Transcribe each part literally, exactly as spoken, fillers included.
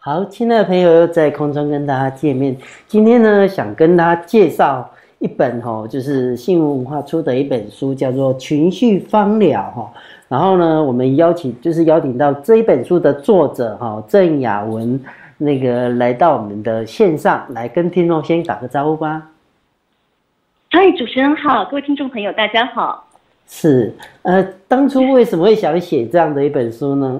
好，亲爱的朋友，又在空中跟大家见面。今天呢，想跟大家介绍一本哈，就是新闻文化出的一本书，叫做《情绪芳疗》哈。然后呢，我们邀请就是邀请到这一本书的作者哈郑雅文，那个来到我们的线上来跟听众先打个招呼吧。 嗨，主持人好，各位听众朋友，大家好。 是，呃，当初为什么会想写这样的一本书呢？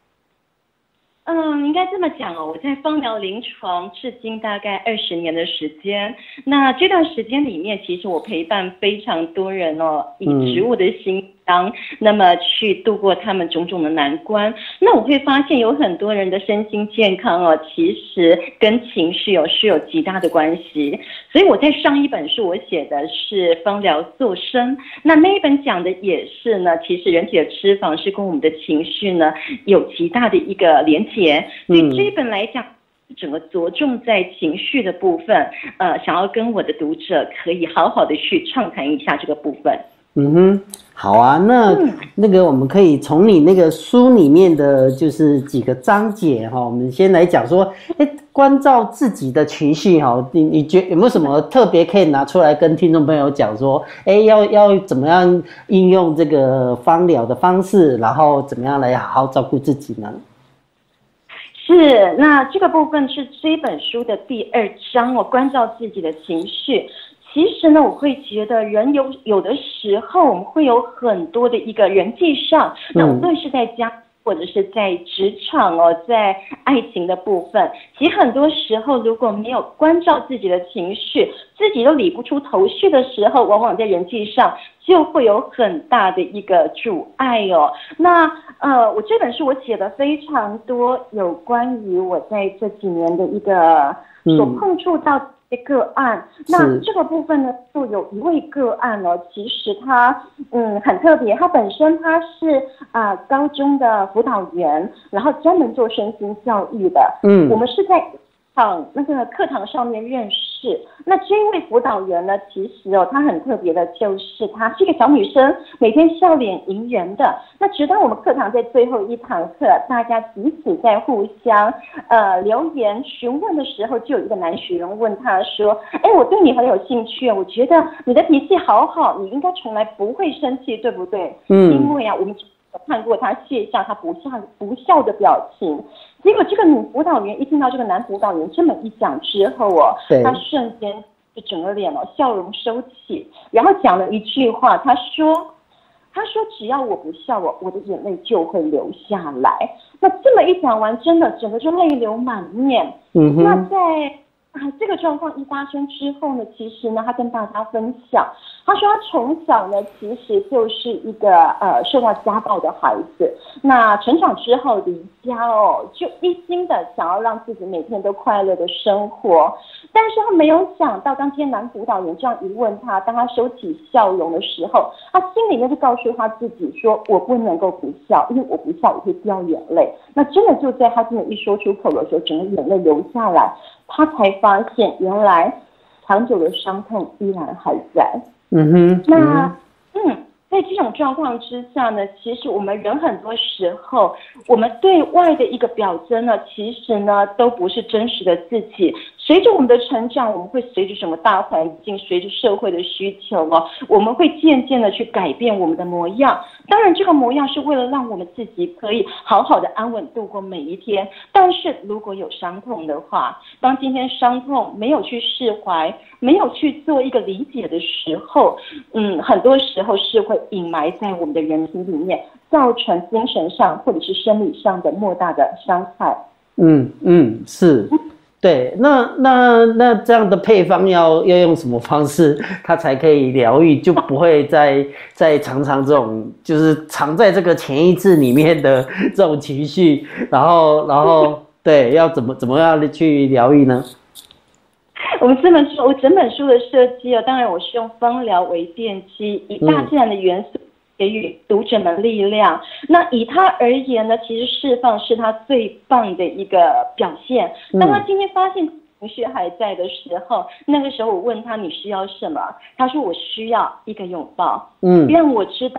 嗯，应该这么讲哦，我在芳疗临床至今大概二十年的时间。那这段时间里面，其实我陪伴非常多人哦，以植物的心当，那么去度过他们种种的难关。那我会发现有很多人的身心健康哦，其实跟情绪哦是有极大的关系。所以我在上一本书我写的是芳疗塑身，那那一本讲的也是呢，其实人体的脂肪是跟我们的情绪呢有极大的一个连结。所以这一本来讲，整个着重在情绪的部分，呃，想要跟我的读者可以好好的去畅谈一下这个部分。 嗯哼，好啊，那、嗯、那个我们可以从你那个书里面的就是几个章节哈，我们先来讲说，哎，关照自己的情绪哈，你你觉得有没有什么特别可以拿出来跟听众朋友讲说，哎，要要怎么样应用这个芳疗的方式，然后怎么样来好好照顾自己呢？ 是，那这个部分是这本书的第二章哦，关照自己的情绪。其实呢，我会觉得人有有的时候我们会有很多的一个人际上，那无论是在家或者是在职场哦，在爱情的部分，其实很多时候如果没有关照自己的情绪，自己都理不出头绪的时候，往往在人际上就会有很大的一个阻碍哦。那呃，我这本书我写的非常多有关于我在这几年的一个所碰触到的个案。那这个部分呢，就有一位个案哦，其实他嗯很特别，他本身他是啊、呃、高中的辅导员，然后专门做身心教育的。嗯，我们是在场那个课堂上面认识。那这位辅导员呢，其实哦，她很特别的，就是她是一个小女生，每天笑脸迎人的。那直到我们课堂在最后一堂课，大家彼此在互相呃留言询问的时候，就有一个男学员问她说：“哎，我对你很有兴趣，我觉得你的脾气好好，你应该从来不会生气，对不对？”嗯，因为啊，我们看过他卸下他不笑不笑的表情。结果这个女辅导员一听到这个男辅导员这么一讲之后哦，他瞬间就整个脸哦笑容收起，然后讲了一句话，他说：“他说只要我不笑哦，我的眼泪就会流下来。”那这么一讲完，真的整个就泪流满面。嗯哼，那在啊，这个状况一发生之后呢，其实呢，他跟大家分享，他说他从小呢，其实就是一个呃受到家暴的孩子。那成长之后离家哦，就一心的想要让自己每天都快乐的生活。但是他没有想到，当天男辅导员这样一问他，当他收起笑容的时候，他心里面就告诉他自己说：“我不能够不笑，因为我不笑我会掉眼泪。”那真的就在他真的一说出口的时候，整个眼泪流下来。他才发现，原来长久的伤痛依然还在。嗯哼，那嗯，在这种状况之下呢，其实我们人很多时候，我们对外的一个表征呢，其实呢都不是真实的自己。随着我们的成长，我们会随着什么大环境，随着社会的需求哦，我们会渐渐的去改变我们的模样。当然，这个模样是为了让我们自己可以好好的安稳度过每一天。但是如果有伤痛的话，当今天伤痛没有去释怀，没有去做一个理解的时候，嗯，很多时候是会隐埋在我们的人心里面，造成精神上或者是生理上的莫大的伤害。 嗯嗯，是。对，那那那这样的配方要要用什么方式，它才可以疗愈，就不会再再常常这种就是藏在这个潜意识里面的这种情绪，然后然后对，要怎么怎么样去疗愈呢？ 我们这本书，我整本书的设计哦，当然我是用芳疗为奠基，以大自然的元素。给予读者们力量。那以他而言呢，其实释放是他最棒的一个表现。当他今天发现情绪还在的时候，那个时候我问他你需要什么，他说我需要一个拥抱，嗯，让我知道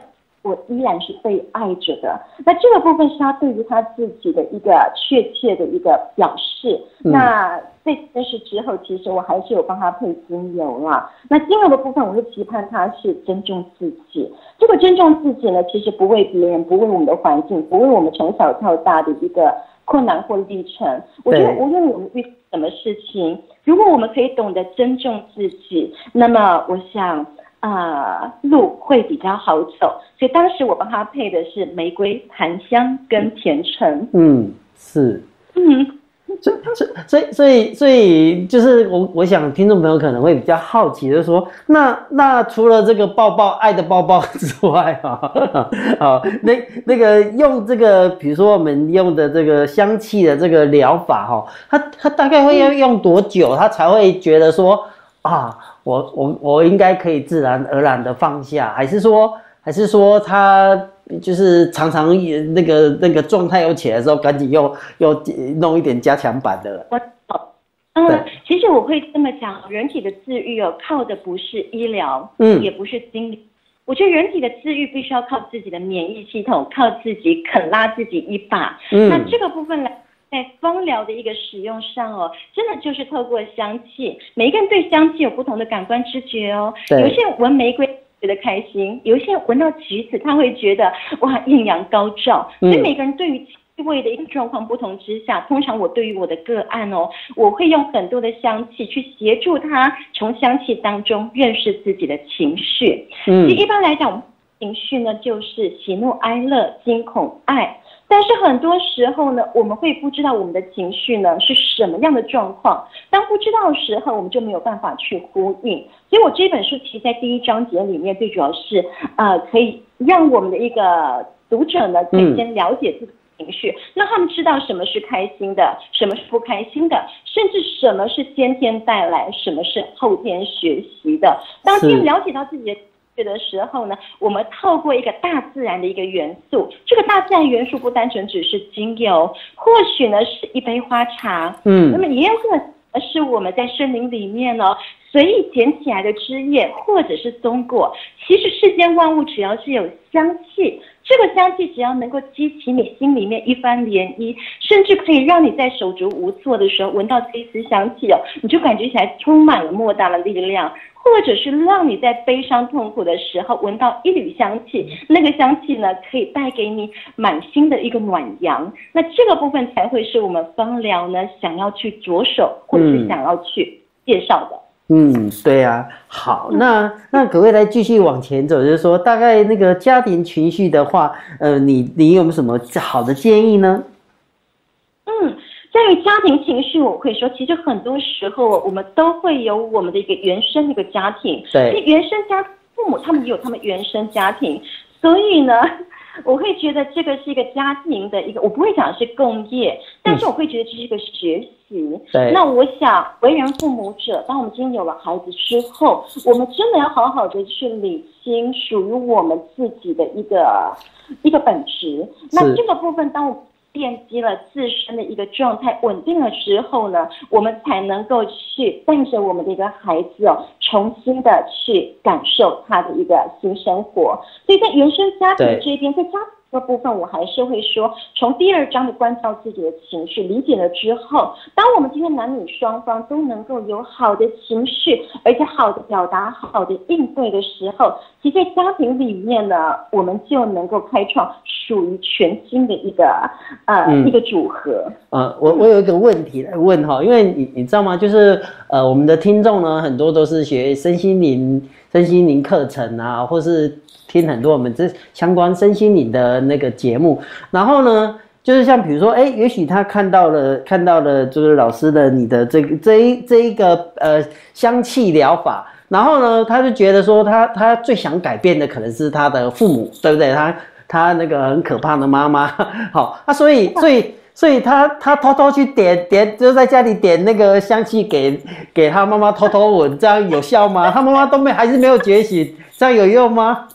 我依然是被爱着的。那这个部分是他对于他自己的一个确切的一个表示。嗯、那在这件事之后，其实我还是有帮他配精油啦。那精油的部分，我是期盼他是尊重自己。这个尊重自己呢，其实不为别人，不为我们的环境，不为我们从小到大的一个困难或历程。我觉得无论我们遇什么事情，如果我们可以懂得尊重自己，那么我想啊、呃，路会比较好走。所以当时我帮他配的是玫瑰、檀香跟甜橙。 嗯，是。 嗯。 所以，所以，所以，就是我，我想听众朋友可能会比较好奇，就是说，那那除了这个抱抱爱的抱抱之外啊，啊，那那个用这个，比如说我们用的这个香气的这个疗法哈，它它大概会要用多久，他才会觉得说啊，我我我应该可以自然而然的放下，还是说，还是说他？就是常常那个那个状态又起来的时候，赶紧又又弄一点加强版的了。 我嗯，其实我会这么讲，人体的自愈哦，靠的不是医疗，嗯，也不是心理。我觉得人体的自愈必须要靠自己的免疫系统，靠自己肯拉自己一把。嗯，那这个部分来。在芳疗的一个使用上哦，真的就是透过香气，每一个人对香气有不同的感官知觉哦。有些人闻玫瑰觉得开心，有些人闻到橘子他会觉得哇艳阳高照。所以每个人对于气味的一个状况不同之下，通常我对于我的个案哦，我会用很多的香气去协助他从香气当中认识自己的情绪。嗯，一般来讲，我们情绪呢就是喜怒哀乐、惊恐爱。但是很多时候呢，我们会不知道我们的情绪呢是什么样的状况。当不知道的时候，我们就没有办法去呼应。所以我这本书其实在第一章节里面，最主要是呃，可以让我们的一个读者呢，可以先了解自己的情绪，嗯、让他们知道什么是开心的，什么是不开心的，甚至什么是先天带来，什么是后天学习的。当先了解到自己的的时候呢，我们透过一个大自然的一个元素，这个大自然元素不单纯只是精油，或许呢是一杯花茶，嗯，那么也有可能是我们在森林里面呢随意捡起来的枝叶，或者是松果。其实世间万物只要是有香气，这个香气只要能够激起你心里面一番涟漪，甚至可以让你在手足无措的时候闻到这一丝香气哦，你就感觉起来充满了莫大的力量。或者是让你在悲伤痛苦的时候闻到一缕香气，那个香气呢可以带给你满心的一个暖阳。那这个部分才会是我们芳疗呢想要去着手或者是想要去介绍的。 嗯，对啊。好，那那可不可以再继续往前走，就是说大概那个家庭情绪的话，呃，你你有没有什么好的建议呢？ 嗯。在于家庭情绪，我会说，其实很多时候我们都会有我们的一个原生的一个家庭， 对， 原生家父母他们也有他们原生家庭，所以呢，我会觉得这个是一个家庭的一个，我不会讲是共业，但是我会觉得这是一个学习。对，那我想为人父母者，当我们今天有了孩子之后，我们真的要好好的去理清属于我们自己的一个一个本质。那这个部分，当我奠基了自身的一个状态稳定了之后呢，我们才能够去带着我们的一个孩子哦，重新的去感受他的一个新生活。所以在原生家庭这边，在家庭这部分，我还是会说，从第二章的关照自己的情绪理解了之后，当我们今天男女双方都能够有好的情绪，而且好的表达、好的应对的时候，其实在家庭里面呢，我们就能够开创属于全新的一个呃、嗯、一个组合。 呃，我我有一个问题来问哈，因为你你知道吗？就是呃，我们的听众呢，很多都是学身心灵、身心灵课程啊，或是听很多我们这相关身心灵的那个节目，然后呢，就是像比如说，哎，也许他看到了看到了，就是老师的你的这个这一这一个呃香气疗法，然后呢，他就觉得说他他最想改变的可能是他的父母，对不对？他他那个很可怕的妈妈，好啊，所以所以所以他他偷偷去点点，就在家里点那个香气给给他妈妈偷偷闻，这样有效吗？他妈妈都没还是没有觉醒，这样有用吗？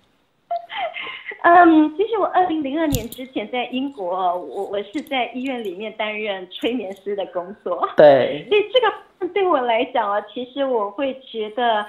嗯，其实我二零零二年之前在英国，我我是在医院里面担任催眠师的工作。 对， 所以这个对我来讲啊，其实我会觉得，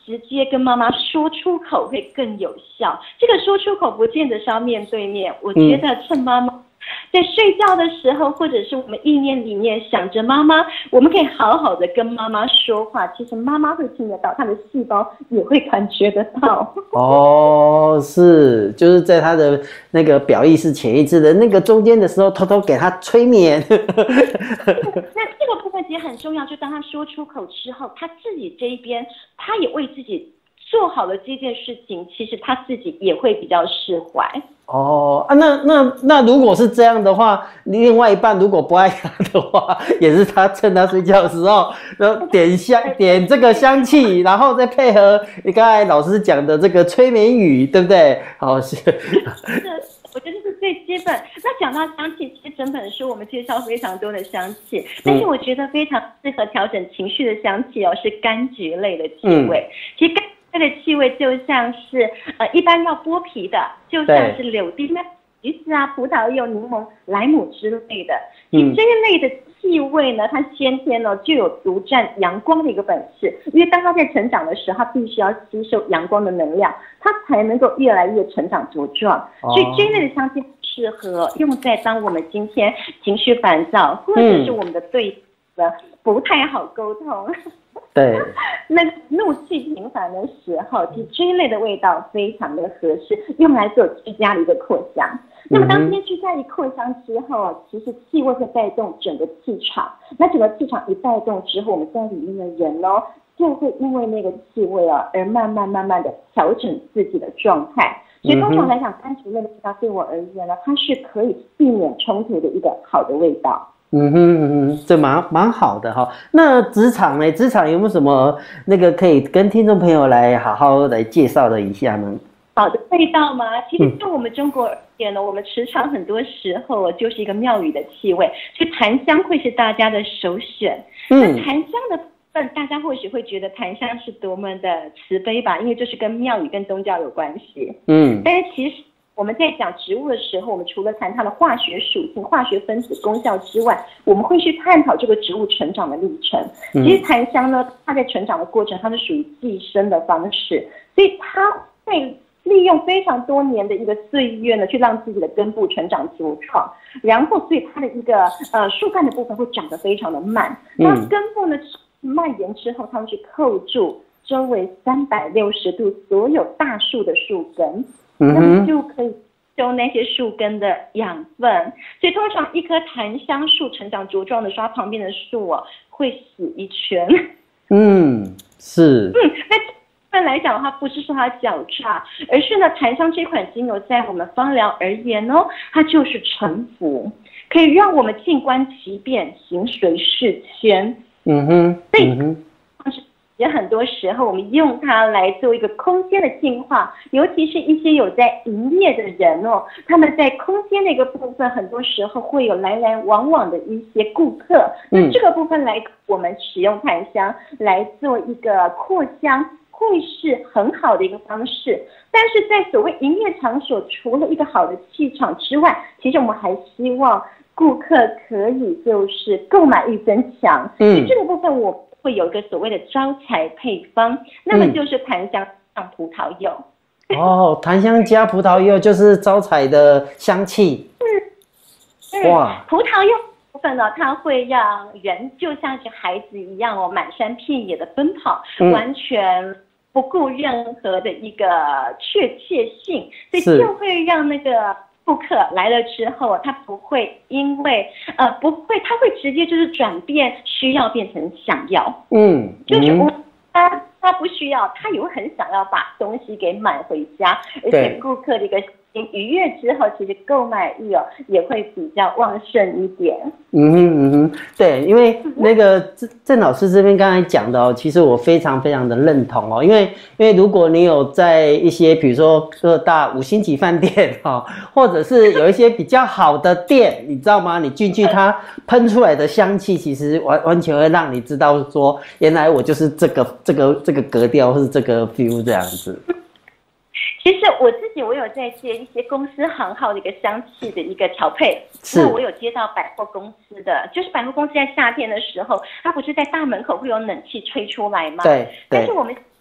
直接跟妈妈说出口会更有效。这个说出口不见得是要面对面，我觉得趁妈妈在睡觉的时候，或者是我们意念里面想着妈妈，我们可以好好的跟妈妈说话，其实妈妈会听得到，她的细胞也会感觉得到。 哦，是，就是在他的那个表意识、潜意识的那个中间的时候，偷偷给他催眠。 那这个部分其实很重要，就当他说出口之后，他自己这一边，他也为自己做好了这件事情，其实他自己也会比较释怀。 哦啊，那那那如果是这样的话，另外一半如果不爱他的话，也是他趁他睡觉的时候，然后点香点这个香气，然后再配合你刚才老师讲的这个催眠语，对不对？好，是。 我觉得这是最基本。那讲到香气，其实整本书我们介绍非常多的香气，但是我觉得非常适合调整情绪的香气哦，是柑橘类的气味。嗯、其实柑橘类的气味就像是呃一般要剥皮的，就像是柳丁啊、橘子啊、葡萄柚、柠檬、莱姆之类的。其实这一类的气味呢，它先天呢就有独占阳光的一个本事，因为当它在成长的时候，它必须要吸收阳光的能量，它才能够越来越成长茁壮。哦、所以这一类的香气适合用在当我们今天情绪烦躁，或者是我们的对的不太好沟通， 对， 那怒气频繁的时候，其实这一类的味道非常的合适，用来做居家的一个扩香。那么当今天居家一扩香之后，其实气味会带动整个气场，那整个气场一带动之后，我们在里面的人哦，就会因为那个气味哦，而慢慢慢慢的调整自己的状态。所以通常来讲，柑橘类的味道对我而言呢，它是可以避免冲突的一个好的味道。 嗯哼嗯哼，这蛮蛮好的哈。那职场呢？职场有没有什么那个可以跟听众朋友来好好来介绍的一下呢？ 好的味道吗？其实就我们中国而言呢，嗯、我们职场很多时候就是一个庙宇的气味，所以檀香会是大家的首选。嗯、那檀香的部分，大家或许会觉得檀香是多么的慈悲吧，因为就是跟庙宇跟宗教有关系。嗯，但是其实我们在讲植物的时候，我们除了谈它的化学属性、化学分子功效之外，我们会去探讨这个植物成长的历程。其实檀香呢，它在成长的过程，它是属于寄生的方式，所以它会利用非常多年的一个岁月呢，去让自己的根部成长茁壮，然后所以它的一个呃树干的部分会长得非常的慢，那根部呢蔓延之后，它会去扣住周围三百六十度所有大树的树根。那么就可以收那些树根的养分，所以通常一棵檀香树成长茁壮的时候，它旁边的树哦会死一圈。嗯， 是。 嗯，那这份来讲的话，不是说它狡诈，而是呢，檀香这款精油在我们芳疗而言哦，它就是臣服，可以让我们静观其变，行随事迁。嗯哼，所以。嗯也很多时候，我们用它来做一个空间的净化，尤其是一些有在营业的人哦，他们在空间的一个部分，很多时候会有来来往往的一些顾客。那这个部分来，我们使用檀香来做一个扩香，会是很好的一个方式。但是在所谓营业场所，除了一个好的气场之外，其实我们还希望顾客可以就是购买欲增强。嗯，这个部分我。会有一个所谓的招财配方，那么就是檀香加葡萄柚。 嗯、哦，檀香加葡萄柚就是招财的香气。 嗯，哇，葡萄柚部分呢，它会让人就像是孩子一样哦，满山遍野的奔跑，嗯、完全不顾任何的一个确切性，所以就会让那个。顾客来了之后，他不会因为呃不会，他会直接就是转变需要变成想要，嗯，就是我他他不需要，他也会很想要把东西给买回家，而且顾客的一个心愉悦之后，其实购买欲哦也会比较旺盛一点。 嗯哼嗯哼，对，因为那个郑老师这边刚才讲的哦，其实我非常非常的认同哦，因为因为如果你有在一些比如说各大五星级饭店哦，或者是有一些比较好的店，你知道吗？你进去它喷出来的香气，其实完完全会让你知道说，原来我就是这个这个这个格调或是这个 feel 这样子。 其实我自己我有在接一些公司行号的一个香气的一个调配，那我有接到百货公司的，就是百货公司在夏天的时候，它不是在大门口会有冷气吹出来吗？ 对。 但是我们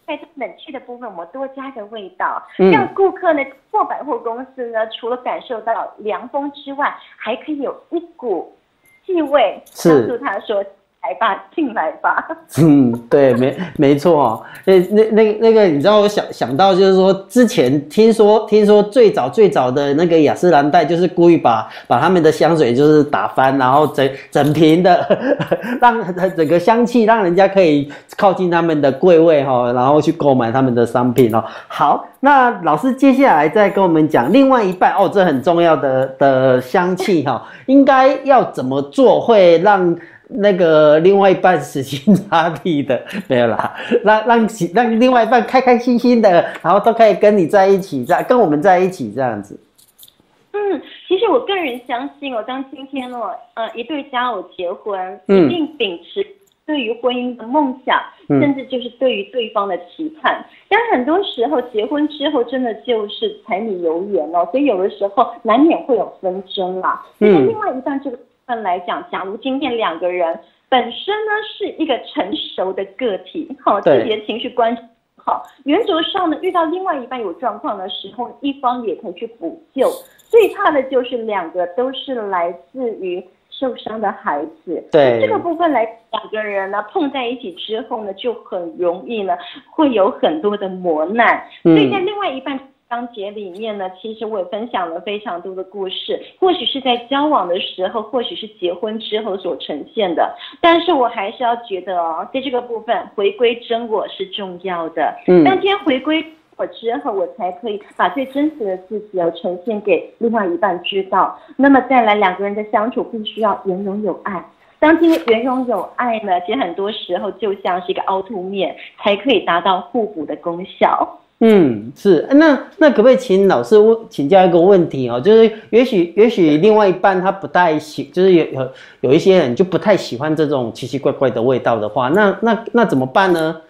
在冷气的部分，我们多加个味道， 嗯让顾客呢或百货公司呢，除了感受到凉风之外，还可以有一股气味，告诉他说。来吧，进来吧。 嗯，对，没没错哦。那那那那个，你知道我想想到就是说，之前听说听说最早最早的那个雅诗兰黛，就是故意把把他们的香水就是打翻，然后整整瓶的，让整个香气让人家可以靠近他们的柜位哈，然后去购买他们的商品哦。好，那老师接下来再跟我们讲另外一半哦，这很重要的的香气哈，应该要怎么做会让那个另外一半死心塌地的没有啦，让让让另外一半开开心心的，然后都可以跟你在一起，在跟我们在一起这样子。 嗯，其实我个人相信哦，当今天哦，呃，一对佳偶结婚， 嗯、 一定秉持对于婚姻的梦想， 嗯、 甚至就是对于对方的期盼。但很多时候结婚之后，真的就是柴米油盐哦，所以有的时候难免会有纷争啦。嗯，对另外一半这个。来讲，假如今天两个人本身呢是一个成熟的个体，好，自己的情绪关好，原则上呢遇到另外一半有状况的时候，一方也可以去补救。最怕的就是两个都是来自于受伤的孩子， 对这个部分来，两个人呢碰在一起之后呢，就很容易呢会有很多的磨难， 嗯、 所以在另外一半。章节里面呢，其实我也分享了非常多的故事，或许是在交往的时候，或许是结婚之后所呈现的，但是我还是要觉得哦，在这个部分回归真我是重要的。嗯，当今天回归我之后，我才可以把最真实的自己哦呈现给另外一半知道。那么再来，两个人的相处必须要圆融有爱。当今天圆融有爱呢，其实很多时候就像是一个凹凸面，才可以达到互补的功效。 嗯，是，那那可不可以请老师问请教一个问题哦？就是也许也许另外一半他不太喜，就是有有有一些人就不太喜欢这种奇奇怪怪的味道的话，那那那怎么办呢？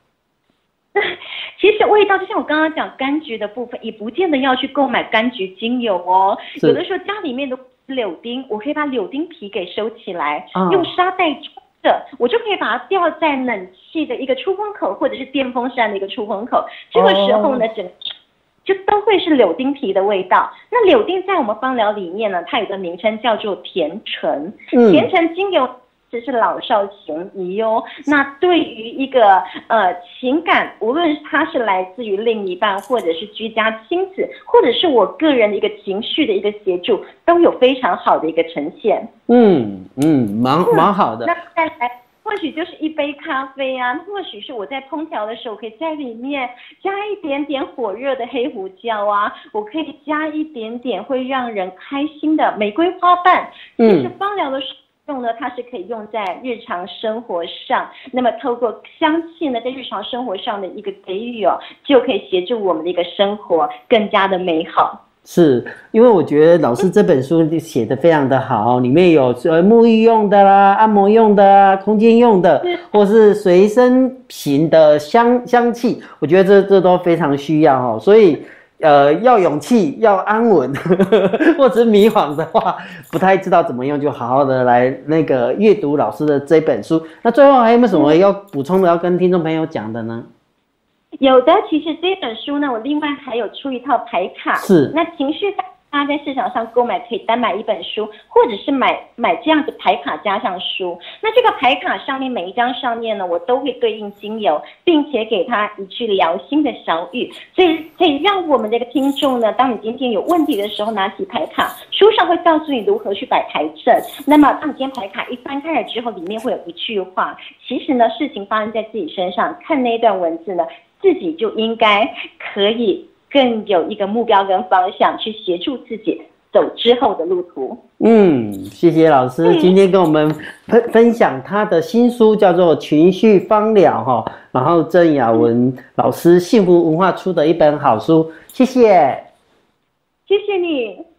其实味道就像我刚刚讲柑橘的部分，也不见得要去购买柑橘精油哦。有的时候家里面的柳丁，我可以把柳丁皮给收起来，哦、用沙袋装着，我就可以把它吊在冷气的一个出风口，或者是电风扇的一个出风口。这个时候呢，整、哦、就都会是柳丁皮的味道。那柳丁在我们芳疗里面呢，它有个名称叫做甜橙，嗯、甜橙精油。这是老少咸宜哦。那对于一个呃情感，无论它是来自于另一半，或者是居家亲子，或者是我个人的一个情绪的一个协助，都有非常好的一个呈现。 嗯嗯，蛮蛮好的。 那再来，或许就是一杯咖啡啊，或许是我在烹调的时候，可以在里面加一点点火热的黑胡椒啊，我可以加一点点会让人开心的玫瑰花瓣。其实芳疗的时候。用呢，它是可以用在日常生活上，那么透过香气呢，在日常生活上的一个给予哦，就可以协助我们的一个生活更加的美好。 是因为我觉得老师这本书写得非常的好，里面有呃沐浴用的啦、按摩用的啊、空间用的，或是随身型的香香气，我觉得这这都非常需要哦，所以。呃，要勇气，要安稳，呵呵或者是迷惘的话，不太知道怎么用，就好好的来那个阅读老师的这本书。那最后还有没有什么要补充的，要跟听众朋友讲的呢？ 有的，其实这本书呢，我另外还有出一套牌卡， 是那情绪大家在市场上购买可以单买一本书，或者是买买这样的牌卡加上书。那这个牌卡上面每一张上面呢，我都会对应精油，并且给他一句疗心的小语，所以可以让我们这个听众呢，当你今天有问题的时候，拿起牌卡，书上会告诉你如何去摆牌阵。那么当你今天牌卡一翻开来之后，里面会有一句话，其实呢，事情发生在自己身上，看那段文字呢，自己就应该可以更有一个目标跟方向，去协助自己走之后的路途。嗯， 谢谢老师今天跟我们分分享他的新书，叫做《情绪芳疗》哈，然后郑雅文老师幸福文化出的一本好书，谢谢， 谢谢你。